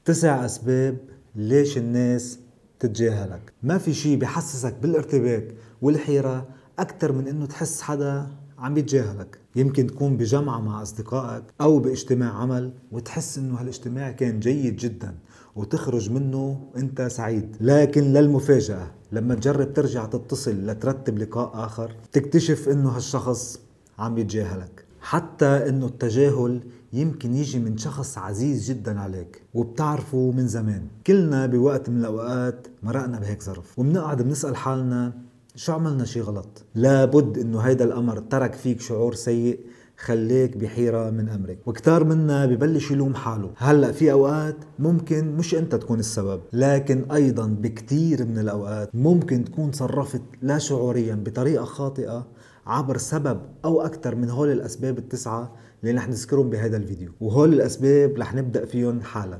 9 أسباب ليش الناس تتجاهلك. ما في شي بحسسك بالارتباك والحيرة أكتر من إنه تحس حدا عم يتجاهلك. يمكن تكون بجمعة مع أصدقائك أو باجتماع عمل وتحس إنه هالاجتماع كان جيد جدا وتخرج منه أنت سعيد، لكن للمفاجأة لما تجرب ترجع تتصل لترتب لقاء آخر تكتشف إنه هالشخص عم يتجاهلك. حتى إنه التجاهل يمكن يجي من شخص عزيز جدا عليك وبتعرفه من زمان. كلنا بوقت من الأوقات مرقنا بهيك ظرف وبنقعد بنسأل حالنا شو عملنا شي غلط. لابد إنه هيدا الأمر ترك فيك شعور سيء خليك بحيرة من أمرك، وكتار منا ببلش يلوم حاله. هلأ في أوقات ممكن مش أنت تكون السبب، لكن أيضا بكتير من الأوقات ممكن تكون تصرفت لا شعوريا بطريقة خاطئة عبر سبب أو أكثر من هول الأسباب التسعة اللي رح نذكرهم بهذا الفيديو، وهول الأسباب رح نبدأ فيهم حالا.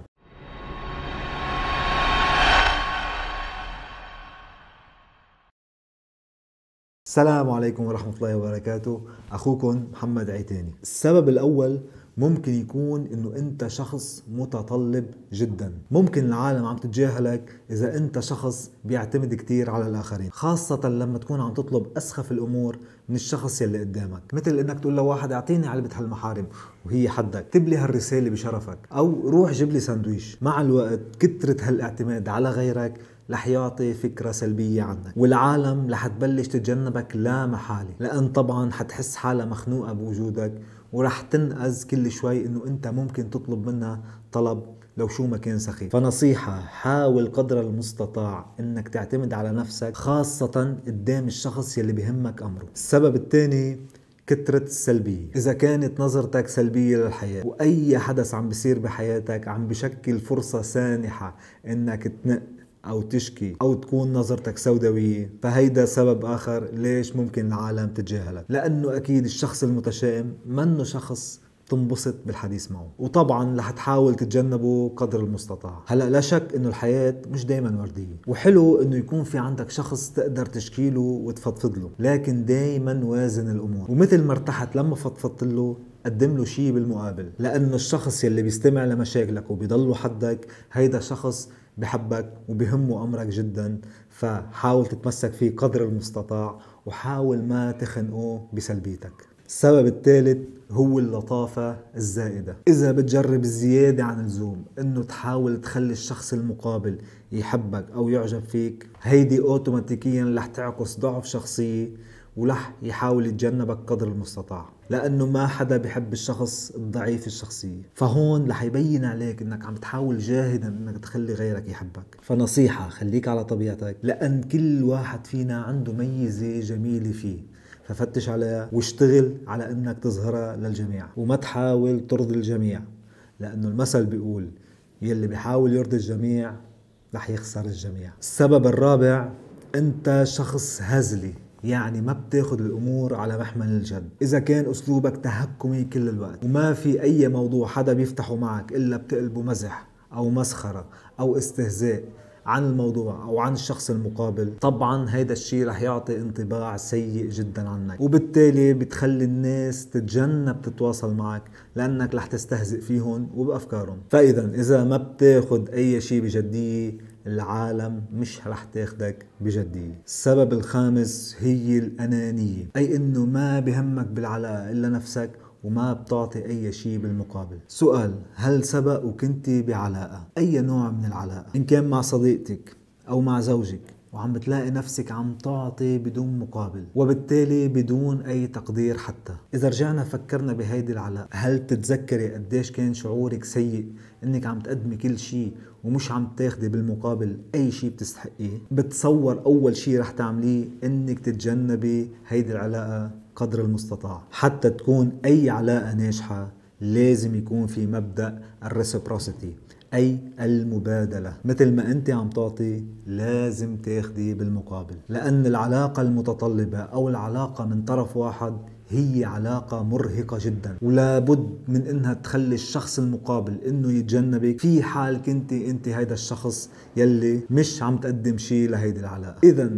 السلام عليكم ورحمة الله وبركاته، أخوكم محمد عيتاني. السبب الأول ممكن يكون إنه أنت شخص متطلب جدا. ممكن العالم عم تتجاهلك إذا أنت شخص بيعتمد كتير على الآخرين، خاصة لما تكون عم تطلب أسخف الأمور من الشخص يلي قدامك، مثل إنك تقول لواحد أعطيني علبة هالمحارم وهي حدك، اكتب لي هالرسالة بشرفك، أو روح جيب لي ساندويش. مع الوقت كترة هالاعتماد على غيرك رح يعطي فكرة سلبية عنك، والعالم رح تبلش تتجنبك لا محالة، لأن طبعا حتحس حالها مخنوقة بوجودك ورح تنقز كل شوي إنه أنت ممكن تطلب منها طلب لو شو ما كان سخيف. فنصيحة، حاول قدر المستطاع إنك تعتمد على نفسك، خاصة قدام الشخص يلي بيهمك أمره. السبب الثاني كترة السلبية. إذا كانت نظرتك سلبية للحياة وأي حدث عم بيصير بحياتك عم بشكل فرصة سانحة إنك تنق أو تشكي أو تكون نظرتك سوداوية، فهيدا سبب آخر ليش ممكن العالم تتجاهلك، لأنه أكيد الشخص المتشائم منه شخص تنبسط بالحديث معه، وطبعا رح تحاول تتجنبه قدر المستطاع. هلا لا شك انه الحياة مش دايما وردية، وحلو انه يكون في عندك شخص تقدر تشكيله وتفضفض له، لكن دايما وازن الامور، ومثل ما ارتحت لما فضفضت له قدم له شيء بالمقابل، لانه الشخص يلي بيستمع لمشاكلك وبيضل حدك هيدا شخص بحبك وبهمه أمرك جدا، فحاول تتمسك فيه قدر المستطاع وحاول ما تخنقه بسلبيتك. السبب الثالث هو اللطافة الزائدة. إذا بتجرب الزيادة عن اللزوم إنه تحاول تخلي الشخص المقابل يحبك أو يعجب فيك، هيدي أوتوماتيكيا رح تعكس ضعف شخصية ورح يحاول يتجنبك قدر المستطاع، لأنه ما حدا بيحب الشخص الضعيف الشخصية. فهون رح يبين عليك إنك عم تحاول جاهدا إنك تخلي غيرك يحبك. فنصيحة، خليك على طبيعتك، لأن كل واحد فينا عنده ميزة جميلة فيه، ففتش عليها واشتغل على إنك تظهرها للجميع، وما تحاول ترضي الجميع، لأنه المثل بيقول يلي بيحاول يرضي الجميع رح يخسر الجميع. السبب الرابع، أنت شخص هزلي، يعني ما بتاخد الأمور على محمل الجد. إذا كان أسلوبك تهكمي كل الوقت وما في أي موضوع حدا بيفتحه معك إلا بتقلبه مزح أو مسخرة أو استهزاء عن الموضوع أو عن الشخص المقابل، طبعا هيدا الشيء رح يعطي انطباع سيء جدا عنك، وبالتالي بتخلي الناس تتجنب تتواصل معك لأنك رح تستهزئ فيهم وبأفكارهم. فإذا إذا ما بتاخد أي شيء بجدية العالم مش رح تاخدك بجدية. السبب الخامس هي الأنانية، أي إنه ما بهمك بالعلاقة إلا نفسك وما بتعطي أي شيء بالمقابل. سؤال، هل سبق وكنت بعلاقة؟ أي نوع من العلاقة؟ إن كان مع صديقتك أو مع زوجك وعم بتلاقي نفسك عم تعطي بدون مقابل وبالتالي بدون أي تقدير. حتى إذا رجعنا فكرنا بهيدي العلاقة، هل تتذكري قديش كان شعورك سيء إنك عم تقدمي كل شيء ومش عم تاخدي بالمقابل أي شيء بتستحقيه؟ بتصور أول شيء رح تعمليه إنك تتجنبي هيدي العلاقة قدر المستطاع. حتى تكون أي علاقة ناجحة لازم يكون في مبدأ الريسبروسيتي، أي المبادلة. مثل ما أنت عم تعطي لازم تاخدي بالمقابل، لأن العلاقة المتطلبة أو العلاقة من طرف واحد هي علاقة مرهقة جدا، ولا بد من إنها تخلي الشخص المقابل إنه يتجنبك في حال كنت أنت هيدا الشخص يلي مش عم تقدم شيء لهيدي العلاقة. إذا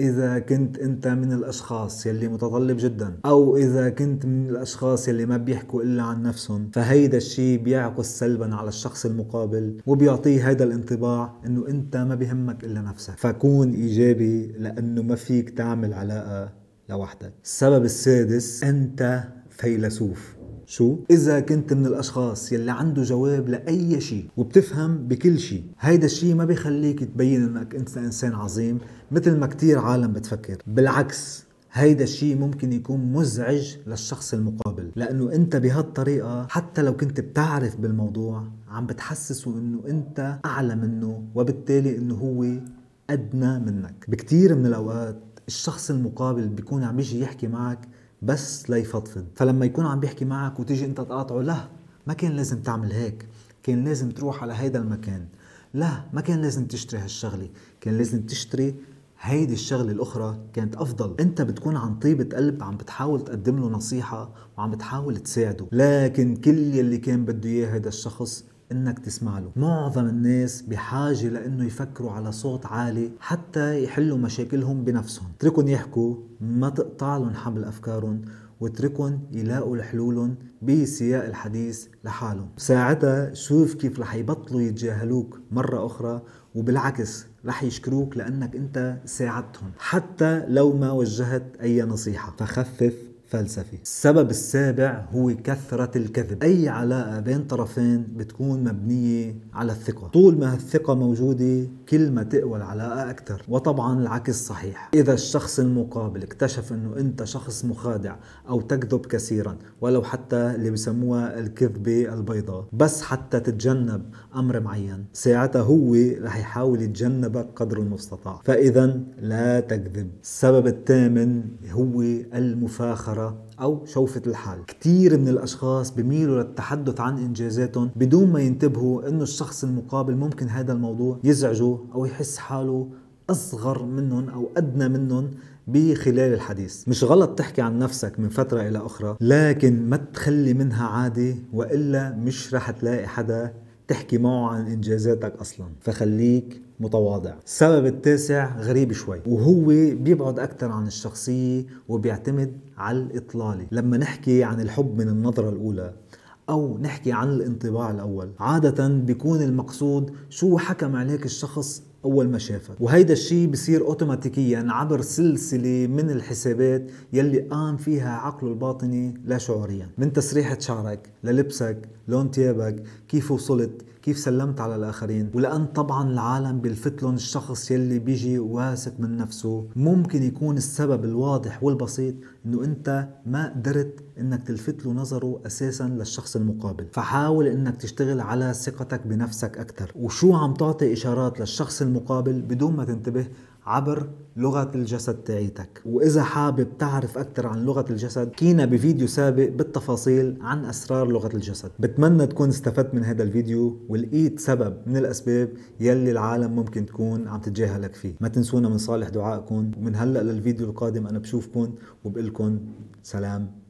إذا كنت أنت من الأشخاص يلي متطلب جدا، أو إذا كنت من الأشخاص يلي ما بيحكوا إلا عن نفسهم، فهيدا الشي بيعكس سلبا على الشخص المقابل وبيعطيه هيدا الانطباع إنه أنت ما بيهمك إلا نفسك. فكون إيجابي لأنه ما فيك تعمل علاقة لوحدك. السبب السادس، أنت فيلسوف. شو؟ إذا كنت من الأشخاص يلي عنده جواب لأي شيء وبتفهم بكل شيء، هيدا الشيء ما بيخليك تبين إنك أنت إنسان عظيم مثل ما كتير عالم بتفكر. بالعكس، هيدا الشيء ممكن يكون مزعج للشخص المقابل، لأنه أنت بهالطريقة حتى لو كنت بتعرف بالموضوع عم بتحسسه إنه أنت أعلى منه، وبالتالي إنه هو أدنى منك. بكتير من الأوقات الشخص المقابل بيكون عم بيجي يحكي معك بس ليفضفض، فلما يكون عم بيحكي معك وتيجي انت تقاطعه، لا ما كان لازم تعمل هيك، كان لازم تروح على هيدا المكان، لا ما كان لازم تشتري هالشغلة، كان لازم تشتري هيدي الشغلة الأخرى كانت أفضل. أنت بتكون عن طيبة قلب عم بتحاول تقدم له نصيحة وعم بتحاول تساعده، لكن كل يلي كان بده إياه هيدا الشخص انك تسمع له. معظم الناس بحاجة لانه يفكروا على صوت عالي حتى يحلوا مشاكلهم بنفسهم. اتركهم يحكوا، ما تقطع لهم حبل افكارهم، واتركهم يلاقوا الحلول بسياق الحديث لحالهم. ساعتها شوف كيف رح يبطلوا يتجاهلوك مرة اخرى، وبالعكس رح يشكروك لانك انت ساعدتهم حتى لو ما وجهت اي نصيحة. فخفف فلسفي. السبب السابع هو كثرة الكذب. أي علاقة بين طرفين بتكون مبنية على الثقة. طول ما الثقة موجودة كل ما تقوى العلاقة أكثر، وطبعا العكس صحيح. إذا الشخص المقابل اكتشف أنه أنت شخص مخادع أو تكذب كثيرا، ولو حتى اللي بسموها الكذبة البيضاء، بس حتى تتجنب أمر معين، ساعتها هو رح يحاول يتجنبك قدر المستطاع. فإذا لا تكذب. السبب الثامن هو المفاخرة أو شوفة الحال. كتير من الأشخاص بيميلوا للتحدث عن إنجازاتهم بدون ما ينتبهوا إنه الشخص المقابل ممكن هذا الموضوع يزعجه أو يحس حاله أصغر منهم أو أدنى منهم بخلال الحديث. مش غلط تحكي عن نفسك من فترة إلى أخرى، لكن ما تخلي منها عادة، وإلا مش رح تلاقي حدا تحكي معه عن إنجازاتك أصلا. فخليك متواضع. السبب التاسع غريب شوي، وهو بيبعد أكثر عن الشخصية وبيعتمد على الإطلالة. لما نحكي عن الحب من النظرة الأولى أو نحكي عن الانطباع الأول، عادة بيكون المقصود شو حكم عليك الشخص أول ما شافك، وهيدا الشيء بصير أوتوماتيكيا عبر سلسلة من الحسابات يلي قام فيها عقله الباطني لا شعوريا، من تسريحة شعرك للبسك، لون تيابك، كيف وصلت، كيف سلمت على الآخرين. ولأن طبعا العالم بيلفتلن الشخص يلي بيجي واثق من نفسه، ممكن يكون السبب الواضح والبسيط انه انت ما قدرت انك تلفت له نظره اساسا للشخص المقابل. فحاول انك تشتغل على ثقتك بنفسك اكثر، وشو عم تعطي اشارات للشخص المقابل بدون ما تنتبه عبر لغة الجسد تاعيتك. وإذا حابب تعرف أكثر عن لغة الجسد، كينا بفيديو سابق بالتفاصيل عن أسرار لغة الجسد. بتمنى تكون استفدت من هذا الفيديو ولقيت سبب من الأسباب يلي العالم ممكن تكون عم تتجاهلك فيه. ما تنسونا من صالح دعائكم، ومن هلأ للفيديو القادم أنا بشوفكم وبقلكم سلام.